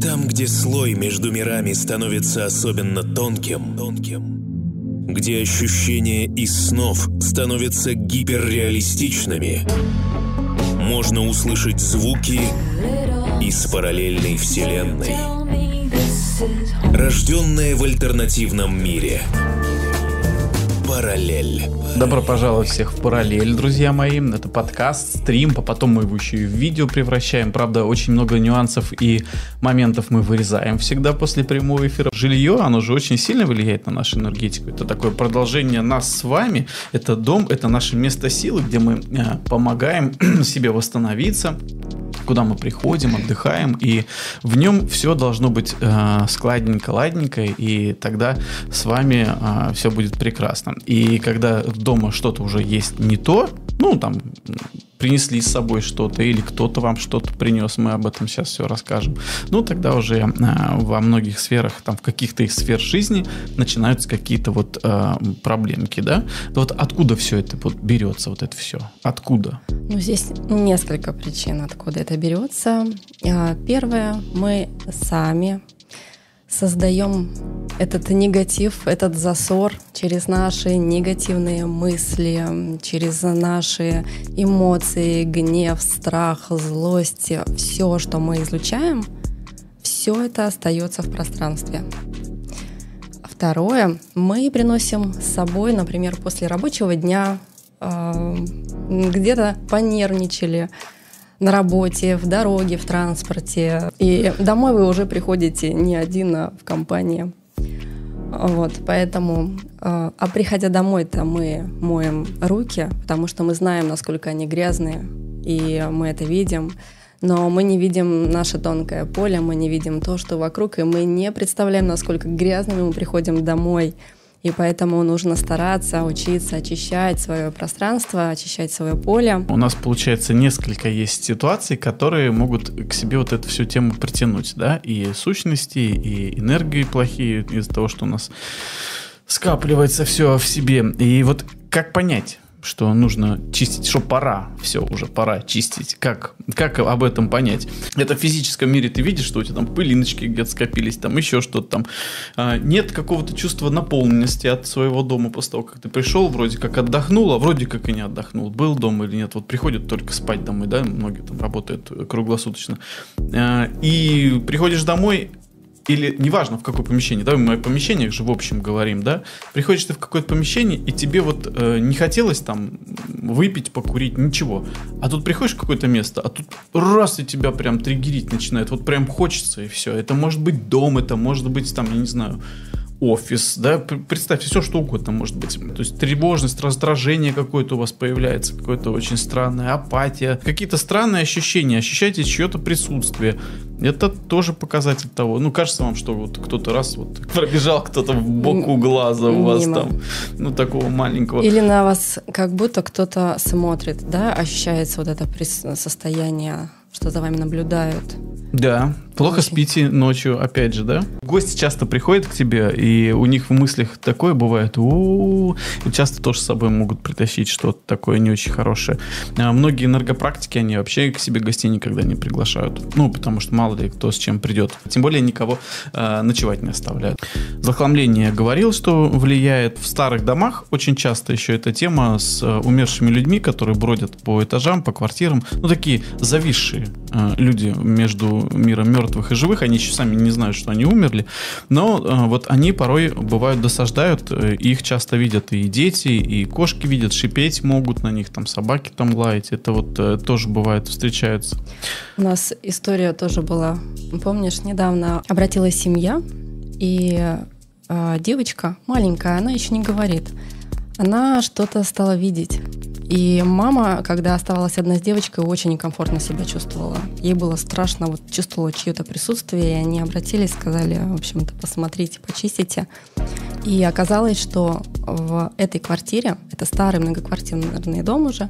Там, где слой между мирами становится особенно тонким, где ощущения из снов становятся гиперреалистичными, можно услышать звуки из параллельной вселенной, рожденные в альтернативном мире. Параллель. Добро пожаловать всех в Параллель, друзья мои. Это подкаст, стрим, а потом мы его еще и в видео превращаем. Правда, очень много нюансов и моментов мы вырезаем всегда после прямого эфира. Жилье, оно же очень сильно влияет на нашу энергетику. Это такое продолжение нас с вами. Это дом, это наше место силы, где мы помогаем себе восстановиться, куда мы приходим, отдыхаем, и в нем все должно быть складненько, ладненько, и тогда с вами все будет прекрасно. И когда дома что-то уже есть не то, ну, там, принесли с собой что-то, или кто-то вам что-то принес, мы об этом сейчас все расскажем, ну, тогда уже во многих сферах, там, в каких-то из сфер жизни начинаются какие-то вот проблемки, да? Вот откуда все это вот берется, вот это все? Откуда? Ну, здесь несколько причин, откуда это берется. Первое, мы сами создаем этот негатив, этот засор через наши негативные мысли, через наши эмоции, гнев, страх, злость. Все, что мы излучаем, все это остается в пространстве. Второе, мы приносим с собой, например, после рабочего дня, где-то понервничали на работе, в дороге, в транспорте. И домой вы уже приходите не один, а в компании. Вот, поэтому, приходя домой-то мы моем руки, потому что мы знаем, насколько они грязные, и мы это видим. Но мы не видим наше тонкое поле, мы не видим то, что вокруг, и мы не представляем, насколько грязными мы приходим домой. И поэтому нужно стараться, учиться очищать свое пространство, очищать свое поле. У нас, получается, несколько есть ситуаций, которые могут к себе вот эту всю тему притянуть, да? И сущности, и энергии плохие из-за того, что у нас скапливается все в себе. И вот как понять, что нужно чистить, что пора, все, уже пора чистить. Как об этом понять? Это в физическом мире ты видишь, что у тебя там пылиночки где-то скопились, там еще что-то там. Нет какого-то чувства наполненности от своего дома после того, как ты пришел, вроде как отдохнул, а вроде как и не отдохнул. Был дома или нет? Вот приходят только спать домой, да, многие там работают круглосуточно. И приходишь домой, или неважно в какое помещение, да, мы о помещениях же в общем говорим, да, приходишь ты в какое-то помещение, и тебе вот не хотелось там выпить, покурить, ничего, а тут приходишь в какое-то место, а тут раз и тебя прям триггерить начинает, вот прям хочется, и все, это может быть дом, это может быть там, я не знаю, офис, да, представьте, все что угодно может быть. То есть тревожность, раздражение какое-то у вас появляется, какое-то очень странное, апатия, какие-то странные ощущения, ощущаете чье-то присутствие. Это тоже показатель того. Ну, кажется вам, что вот кто-то раз вот пробежал кто-то в боку глаза у вас мимо. там, ну, такого маленького. Или на вас как будто кто-то смотрит, да, ощущается вот это состояние, что за вами наблюдают. Да, плохо Очень. спите ночью, опять же, да? Гости часто приходят к тебе, и у них в мыслях такое бывает, и часто тоже с собой могут притащить что-то такое не очень хорошее. Многие энергопрактики, они вообще к себе гостей никогда не приглашают, ну, потому что мало ли кто с чем придет. Тем более никого ночевать не оставляют. Захламление говорил, что влияет. В старых домах очень часто еще эта тема с умершими людьми, которые бродят по этажам, по квартирам, ну, такие зависшие люди между миром мертвых и живых, они еще сами не знают, что они умерли, но вот они порой бывают досаждают, их часто видят и дети, и кошки видят, шипеть могут на них, там собаки там лаять, это вот тоже бывает, встречаются. У нас история тоже была, помнишь, недавно обратилась семья, и девочка маленькая, она еще не говорит, она что-то стала видеть. И мама, когда оставалась одна с девочкой, очень некомфортно себя чувствовала. Ей было страшно, вот чувствовала чье-то присутствие, и они обратились, сказали, в общем-то, посмотрите, почистите. И оказалось, что в этой квартире, это старый многоквартирный дом уже,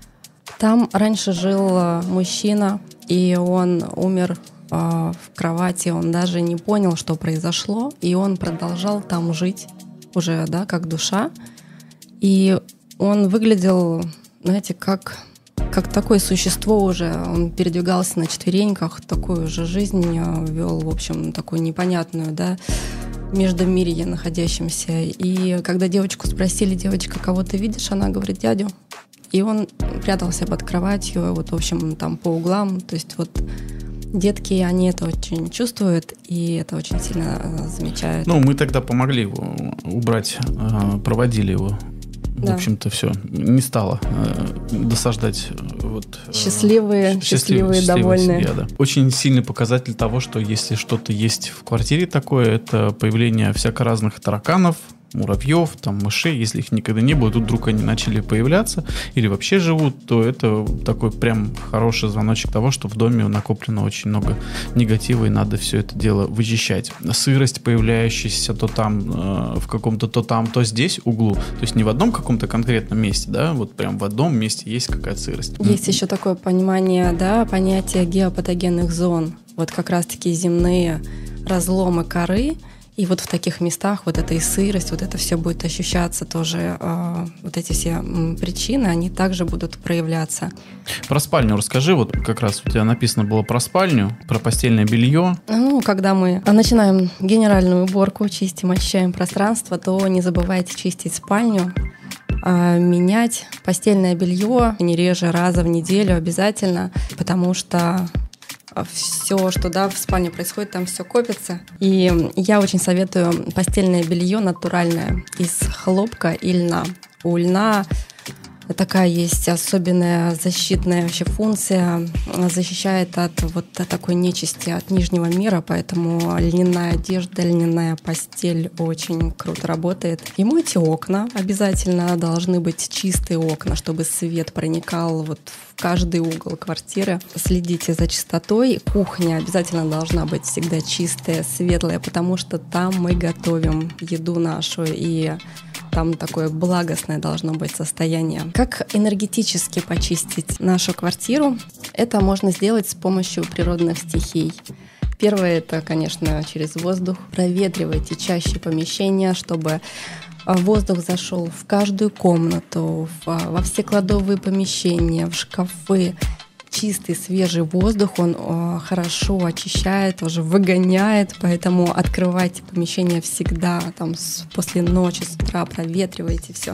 там раньше жил мужчина, и он умер в кровати, он даже не понял, что произошло, и он продолжал там жить уже, да, как душа. И он выглядел, знаете, как как такое существо уже. Он передвигался на четвереньках, такую же жизнь вел, в общем, такую непонятную, да, междумирье находящемся. И когда девочку спросили: девочка, кого ты видишь? Она говорит: дядю. И он прятался под кроватью, вот, в общем, там по углам. То есть вот детки, они это очень чувствуют и это очень сильно замечают. Ну, мы тогда помогли его убрать, проводили его. Да. В общем-то, все. Не стало досаждать. Счастливые, довольные. Семья, да. Очень сильный показатель того, что если что-то есть в квартире такое, это появление всяко разных тараканов, муравьев, там, мышей. Если их никогда не было, тут вдруг они начали появляться или вообще живут, то это такой прям хороший звоночек того, что в доме накоплено очень много негатива, и надо все это дело вычищать. Сырость, появляющаяся то там, в каком-то то там, то здесь углу, то есть не в одном каком-то конкретном месте, да, вот прям в одном месте есть какая-то сырость. Есть еще такое понимание, да, понятие геопатогенных зон. Вот как раз-таки земные разломы коры. И вот в таких местах вот эта и сырость, вот это все будет ощущаться тоже, вот эти все причины, они также будут проявляться. Про спальню расскажи, вот как раз у тебя написано было про спальню, про постельное белье. Ну, когда мы начинаем генеральную уборку, чистим, очищаем пространство, то не забывайте чистить спальню, менять постельное белье не реже раза в неделю обязательно, потому что все, что в спальне происходит, там все копится. И я очень советую постельное белье натуральное из хлопка и льна. У льна такая есть особенная защитная вообще функция, защищает от такой нечисти, от нижнего мира, поэтому льняная одежда, льняная постель очень круто работает. И мойте окна, обязательно должны быть чистые окна, чтобы свет проникал в каждый угол квартиры. Следите за чистотой. Кухня обязательно должна быть всегда чистая, светлая, потому что там мы готовим еду нашу, и там такое благостное должно быть состояние. Как энергетически почистить нашу квартиру? Это можно сделать с помощью природных стихий. Первое — это, конечно, через воздух. Проветривайте чаще помещения, чтобы воздух зашел в каждую комнату, во все кладовые помещения, в шкафы. Чистый, свежий воздух, он хорошо очищает, уже выгоняет, поэтому открывайте помещение всегда, там, после ночи, с утра проветривайте все.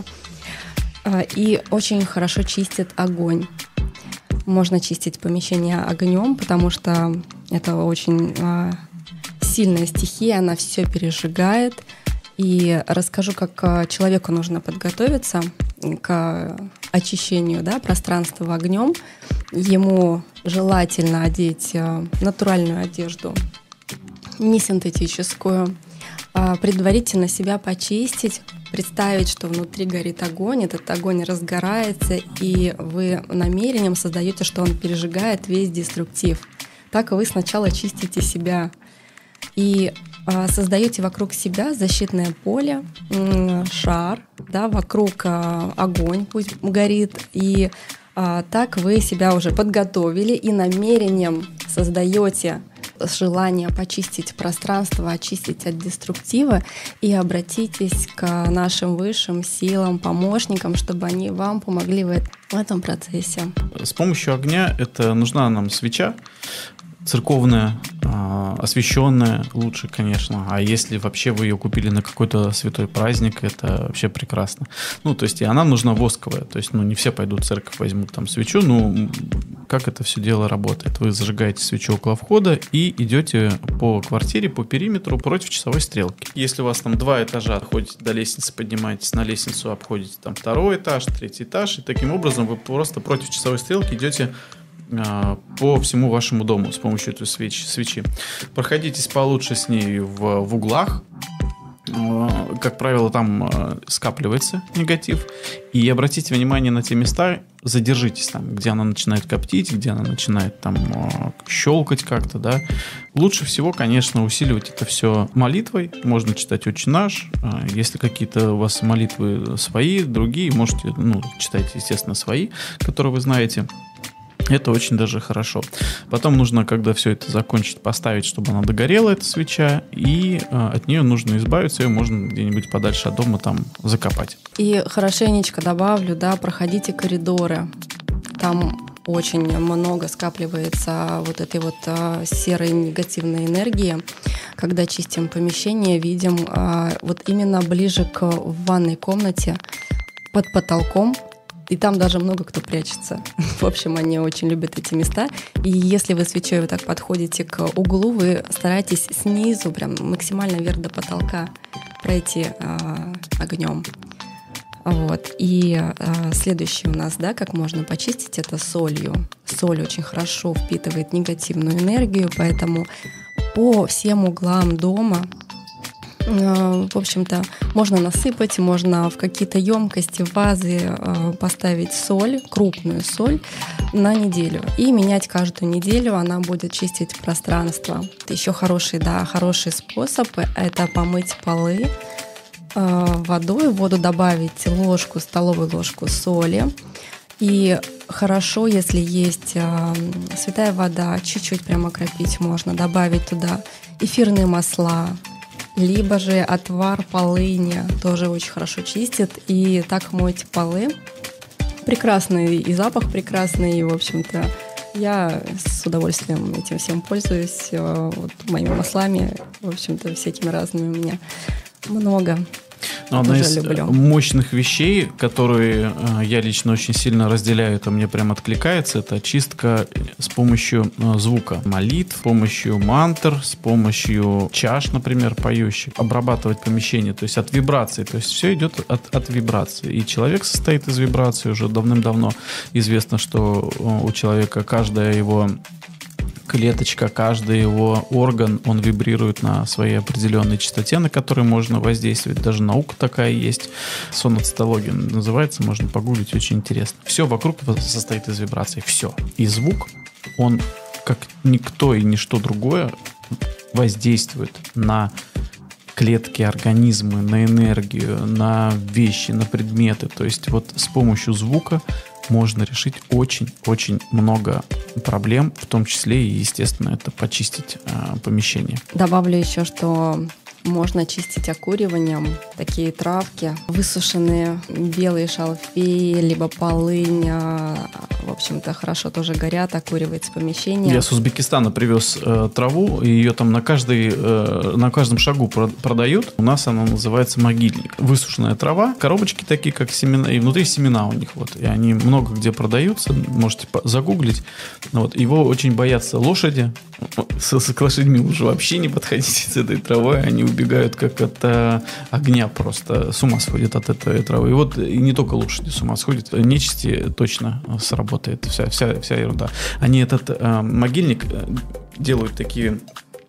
И очень хорошо чистит огонь. Можно чистить помещение огнем, потому что это очень сильная стихия, она все пережигает. И расскажу, как человеку нужно подготовиться к очищению, да, пространства огнем. Ему желательно одеть натуральную одежду, не синтетическую, предварительно себя почистить, представить, что внутри горит огонь, этот огонь разгорается, и вы намерением создаете, что он пережигает весь деструктив. Так вы сначала чистите себя и создаете вокруг себя защитное поле, шар, да, вокруг огонь пусть горит, и так вы себя уже подготовили и намерением создаете желание почистить пространство, очистить от деструктива, и обратитесь к нашим высшим силам, помощникам, чтобы они вам помогли в этом процессе. С помощью огня это нужна нам свеча церковная, освященная лучше, конечно. А если вообще вы ее купили на какой-то святой праздник, это вообще прекрасно. Ну, то есть и она нужна восковая. То есть, не все пойдут в церковь, возьмут там свечу. Как это все дело работает? Вы зажигаете свечу около входа и идете по квартире, по периметру против часовой стрелки. Если у вас там 2 этажа, ходите до лестницы, поднимаетесь на лестницу, обходите там 2 этаж, 3 этаж, и таким образом вы просто против часовой стрелки идете по всему вашему дому с помощью этой свечи. Проходитесь получше с ней в углах. Как правило, там скапливается негатив. И обратите внимание на те места, задержитесь там, где она начинает коптить, где она начинает там щелкать как-то, да. Лучше всего, конечно, усиливать это все молитвой. Можно читать «Отче наш». Если какие-то у вас молитвы свои, другие, можете, читайте, естественно, свои, которые вы знаете. Это очень даже хорошо. Потом нужно, когда все это закончить, поставить, чтобы она догорела, эта свеча, и от нее нужно избавиться, ее можно где-нибудь подальше от дома там закопать. И хорошенечко добавлю, да, проходите коридоры. Там очень много скапливается вот этой вот серой негативной энергии. Когда чистим помещение, видим вот именно ближе к ванной комнате, под потолком, и там даже много кто прячется. В общем, они очень любят эти места. И если вы свечой вот так подходите к углу, вы стараетесь снизу, прям максимально вверх до потолка пройти огнем. Вот. И следующее у нас, да, как можно почистить, это солью. Соль очень хорошо впитывает негативную энергию, поэтому по всем углам дома, в общем-то, можно насыпать, можно в какие-то емкости, вазы поставить соль, крупную соль на неделю. И менять каждую неделю, она будет чистить пространство. Еще хороший способ — это помыть полы водой, в воду добавить столовую ложку соли. И хорошо, если есть святая вода, чуть-чуть прям окропить можно, добавить туда эфирные масла, либо же отвар полыни, тоже очень хорошо чистит. И так мыть полы. Прекрасный и запах прекрасный, и, в общем-то, я с удовольствием этим всем пользуюсь, вот, моими маслами, в общем-то, всякими разными у меня много. Одна из мощных вещей, которые я лично очень сильно разделяю, это мне прям откликается, это очистка с помощью звука молитв, с помощью мантр, с помощью чаш, например, поющих. Обрабатывать помещение, то есть от вибраций. То есть все идет от вибраций. И человек состоит из вибраций. Уже давным-давно известно, что у человека каждая его клеточка, каждый его орган, он вибрирует на своей определенной частоте, на которой можно воздействовать. Даже наука такая есть. Соноцитология называется, можно погуглить, очень интересно. Все вокруг состоит из вибраций. Все. И звук, он, как никто и ничто другое, воздействует на клетки, организмы, на энергию, на вещи, на предметы. То есть вот с помощью звука можно решить очень-очень много проблем, в том числе и, естественно, это почистить помещение. Добавлю еще, что можно чистить окуриванием такие травки, высушенные белые шалфеи, либо полынь, в общем-то, хорошо тоже горят, окуривается помещение. Я с Узбекистана привез траву, и ее там на каждом шагу продают. У нас она называется могильник. Высушенная трава, коробочки такие, как семена, и внутри семена у них. Вот. И они много где продаются, можете загуглить. Вот. Его очень боятся лошади. К лошадьми уже вообще не подходите с этой травой, они убегают как от огня, просто с ума сходят от этой травы. И вот и не только лошади с ума сходят, нечисти точно сработает вся ерунда. Они этот могильник делают такие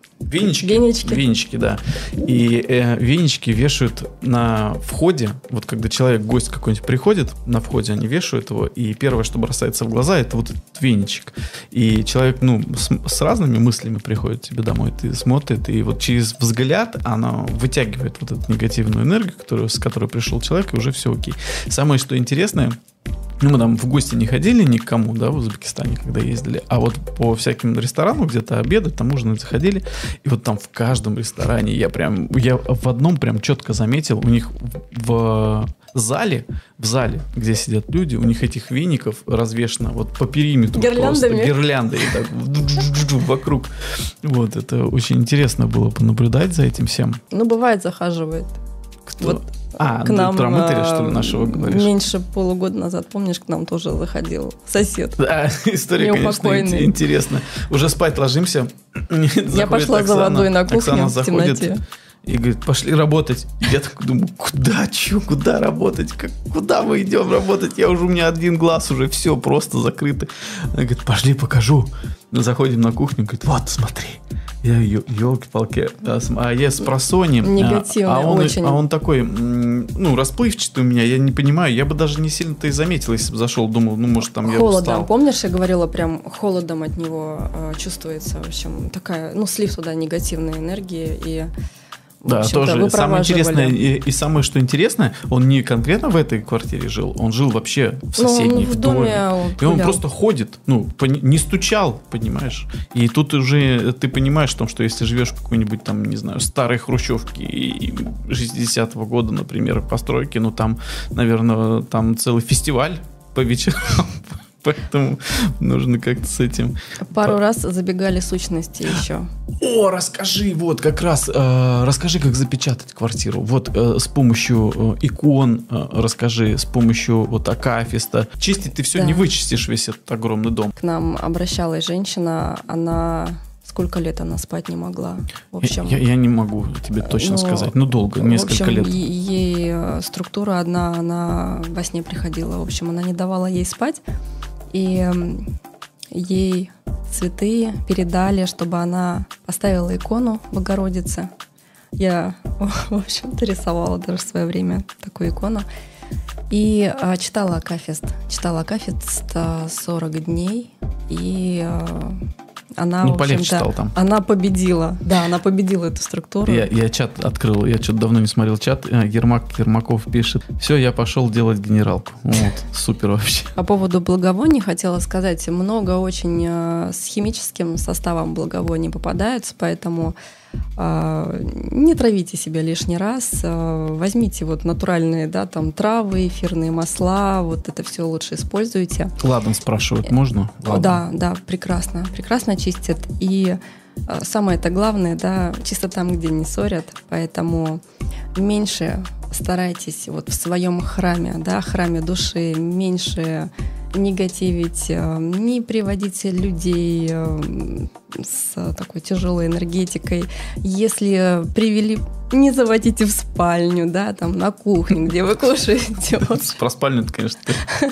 венички, да. И венички вешают на входе. Вот когда человек, гость какой-нибудь приходит, на входе они вешают его, и первое, что бросается в глаза, это вот этот веничек. И человек, с разными мыслями приходит тебе домой, ты смотрит, и вот через взгляд она вытягивает вот эту негативную энергию, с которой пришел человек, и уже все окей. Самое, что интересное, мы там в гости не ходили никому, да, в Узбекистане, когда ездили, а вот по всяким ресторанам где-то обедать, там ужинать заходили, и вот там в каждом ресторане я в одном прям четко заметил, у них в зале, где сидят люди, у них этих веников развешено вот по периметру гирляндами так, вокруг. Вот, это очень интересно было понаблюдать за этим всем. Бывает, захаживает. Кто? Вот. К нам про мытаря, что ли, нашего говоришь? Меньше полугода назад, помнишь, к нам тоже заходил сосед. Да, история, конечно, интересная. Уже спать ложимся. Я пошла за водой на кухню в темноте. И говорит, пошли работать. Я так думаю, куда работать? Куда мы идем работать? У меня один глаз уже, все просто закрыто. Она говорит, пошли покажу. Заходим на кухню, говорит, вот, смотри. Я, елки-палки, а я с просоньем. Негативный очень. А он такой, расплывчатый у меня, я не понимаю, я бы даже не сильно-то и заметил, если бы зашел, думал, может, там я устал. Холодом, помнишь, я говорила, прям холодом от него чувствуется, в общем, такая, слив туда негативной энергии, и да, тоже самое интересное и самое, что интересное, он не конкретно в этой квартире жил, он жил вообще в соседней, в доме. И он просто ходит, не стучал, понимаешь? И тут уже ты понимаешь, что если живешь в какой-нибудь там, не знаю, старой хрущевке 60-го года, например, постройки, там, наверное, там целый фестиваль по Поэтому нужно как-то с этим... Пару раз забегали сущности еще. О, расскажи, вот как раз, расскажи, как запечатать квартиру. Вот с помощью икон, расскажи, с помощью вот акафиста. Чистить ты все не вычистишь, весь этот огромный дом. К нам обращалась женщина, она... Сколько лет она спать не могла? В общем, я не могу тебе точно сказать. Ну, долго, несколько лет. В общем, ей структура одна, она во сне приходила. В общем, она не давала ей спать. И ей святые передали, чтобы она поставила икону Богородицы. Я, в общем-то, рисовала даже в свое время такую икону. И читала акафист. Читала акафист 40 дней. И... Она, в общем-то, там. Она победила. Да, она победила эту структуру. Я чат открыл, я что-то давно не смотрел чат. Ермаков пишет: все, я пошел делать генералку. Вот, супер вообще. По поводу благовоний хотела сказать, много очень с химическим составом благовоний попадаются, поэтому не травите себя лишний раз, возьмите вот натуральные, да, там травы, эфирные масла, вот это все лучше используйте. Ладан спрашивают, можно? Ладан. Да, прекрасно чистят. И самое-то главное, да, чисто там, где не ссорят, поэтому меньше старайтесь вот в своем храме, да, храме души, меньше негативить, не приводить людей с такой тяжелой энергетикой. Если привели, не заводите в спальню, да, там на кухню, где вы кушаете. Про спальню-то, конечно,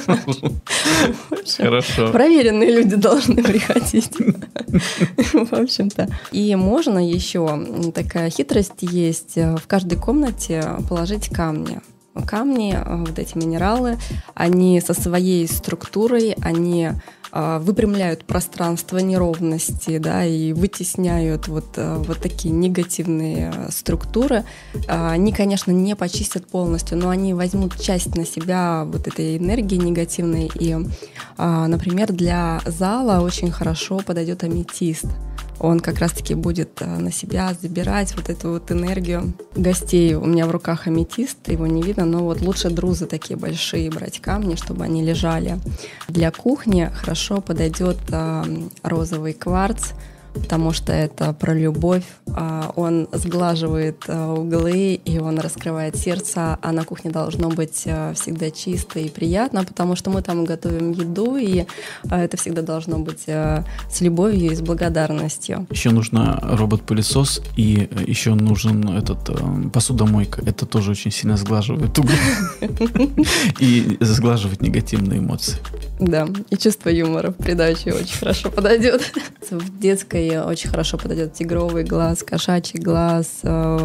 хорошо. Проверенные люди должны приходить. В общем-то. И можно еще, такая хитрость есть, в каждой комнате положить камни. Камни, вот эти минералы, они со своей структурой, они выпрямляют пространство неровности, да, и вытесняют вот такие негативные структуры. Они, конечно, не почистят полностью, но они возьмут часть на себя вот этой энергии негативной. И, например, для зала очень хорошо подойдет аметист. Он как раз-таки будет на себя забирать вот эту вот энергию гостей. У меня в руках аметист, его не видно, но вот лучше друзы такие большие брать камни, чтобы они лежали. Для кухни хорошо подойдет розовый кварц, потому что это про любовь. Он сглаживает углы, и он раскрывает сердце, а на кухне должно быть всегда чисто и приятно, потому что мы там готовим еду, и это всегда должно быть с любовью и с благодарностью. Еще нужно робот-пылесос, и еще нужен посудомойка. Это тоже очень сильно сглаживает углы и сглаживает негативные эмоции. Да, и чувство юмора в придачу очень хорошо подойдет. В детской очень хорошо подойдет тигровый глаз, кошачий глаз,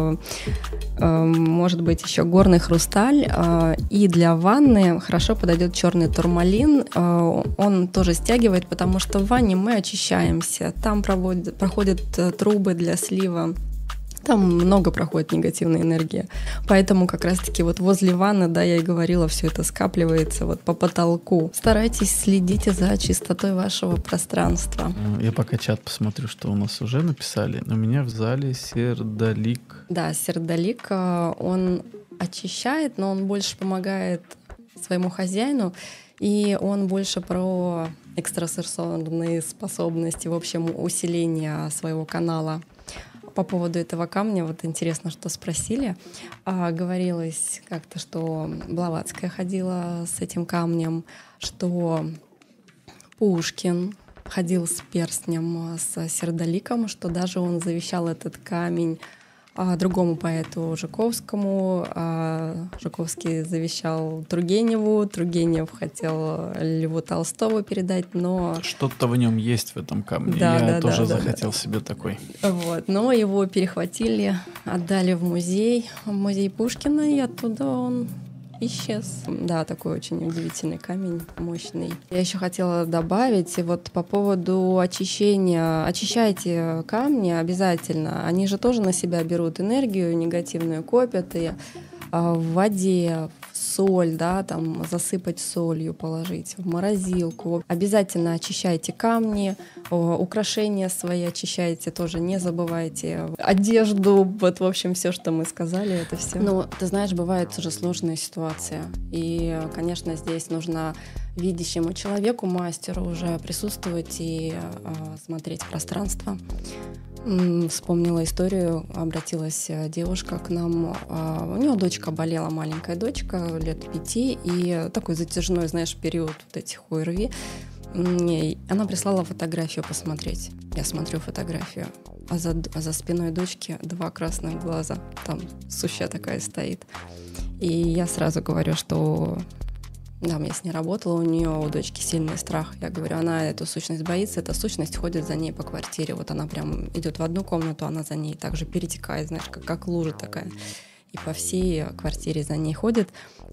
может быть, еще горный хрусталь. И для ванны хорошо подойдет черный турмалин. Он тоже стягивает, потому что в ванне мы очищаемся. Там проходят трубы для слива. Там много проходит негативной энергии. Поэтому как раз-таки вот возле ванны, да, я и говорила, все это скапливается вот по потолку. Старайтесь, следите за чистотой вашего пространства. Я пока чат посмотрю, что у нас уже написали. У меня в зале сердолик. Да, сердолик, он очищает, но он больше помогает своему хозяину, и он больше про экстрасенсорные способности, в общем, усиление своего канала. По поводу этого камня, вот интересно, что спросили. Говорилось как-то, что Блаватская ходила с этим камнем, что Пушкин ходил с перстнем, с сердоликом, что даже он завещал этот камень другому поэту Жуковскому. Жуковский завещал Тургеневу, Тургенев хотел Льву Толстому передать, но... Что-то в нем есть в этом камне. Да, я тоже захотел себе такой. Вот. Но его перехватили, отдали в музей Пушкина, и оттуда он исчез. Да, такой очень удивительный камень, мощный. Я еще хотела добавить, вот по поводу очищения. Очищайте камни обязательно. Они же тоже на себя берут энергию негативную, копят, и в воде, в соль, да, там засыпать солью, положить в морозилку. Обязательно очищайте камни, украшения свои очищайте, тоже не забывайте. Одежду, вот, в общем, все, что мы сказали, это все. Ну, ты знаешь, бывает уже сложная ситуация. И, конечно, здесь нужно видящему человеку, мастеру уже присутствовать и смотреть в пространство. Вспомнила историю, обратилась девушка к нам. У нее дочка болела, маленькая дочка, лет 5, и такой затяжной, знаешь, период вот этих ОРВИ. Она прислала фотографию посмотреть. Я смотрю фотографию, а за спиной дочки 2 красных глаза. Там сущая такая стоит. И я сразу говорю, что да, я с ней работала, у дочки сильный страх. Я говорю, она эту сущность боится, эта сущность ходит за ней по квартире. Вот она прям идет в одну комнату, она за ней также перетекает, знаешь, как лужа такая. И по всей квартире за ней ходит.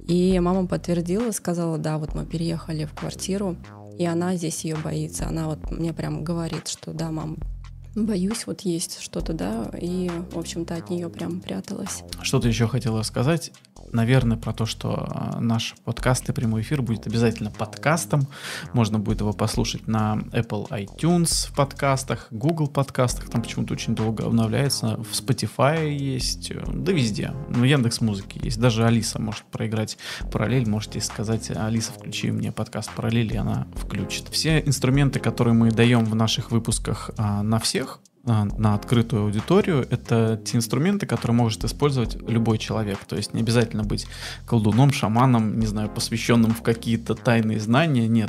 И мама подтвердила, сказала, да, вот мы переехали в квартиру, и она здесь ее боится. Она вот мне прям говорит, что да, мам, боюсь, вот есть что-то, да, и, в общем-то, от нее прям пряталась. Что-то еще хотела сказать, наверное, про то, что наш подкаст и прямой эфир будет обязательно подкастом. Можно будет его послушать на Apple iTunes в подкастах, Google подкастах, там почему-то очень долго обновляется, в Spotify есть, да везде. Ну, Яндекс.Музыки есть, даже Алиса может проиграть параллель, можете сказать, Алиса, включи мне подкаст параллель, и она включит. Все инструменты, которые мы даем в наших выпусках на всех, на открытую аудиторию, это те инструменты, которые может использовать любой человек. То есть не обязательно быть колдуном, шаманом, не знаю, посвященным в какие-то тайные знания. Нет,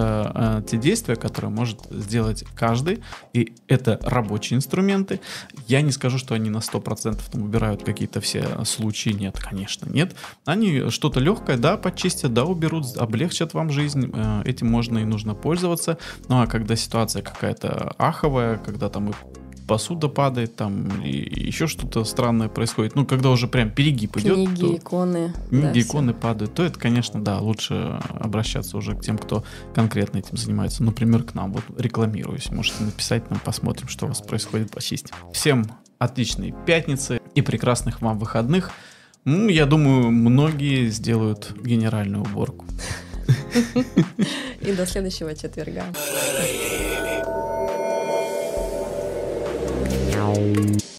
это те действия, которые может сделать каждый, и это рабочие инструменты. Я не скажу, что они на 100% там убирают какие-то все случаи. Нет, конечно, нет. Они что-то легкое, да, почистят, да, уберут, облегчат вам жизнь. Этим можно и нужно пользоваться. Ну а когда ситуация какая-то аховая, когда там и посуда падает, там и еще что-то странное происходит. Ну, когда уже прям перегиб идет. Книги, иконы. Книги, иконы падают. То это, конечно, да, лучше обращаться уже к тем, кто конкретно этим занимается. Например, к нам. Вот рекламируюсь. Можете написать нам, посмотрим, что у вас происходит, почистим. Всем отличной пятницы и прекрасных вам выходных. Ну, я думаю, многие сделают генеральную уборку. И до следующего четверга.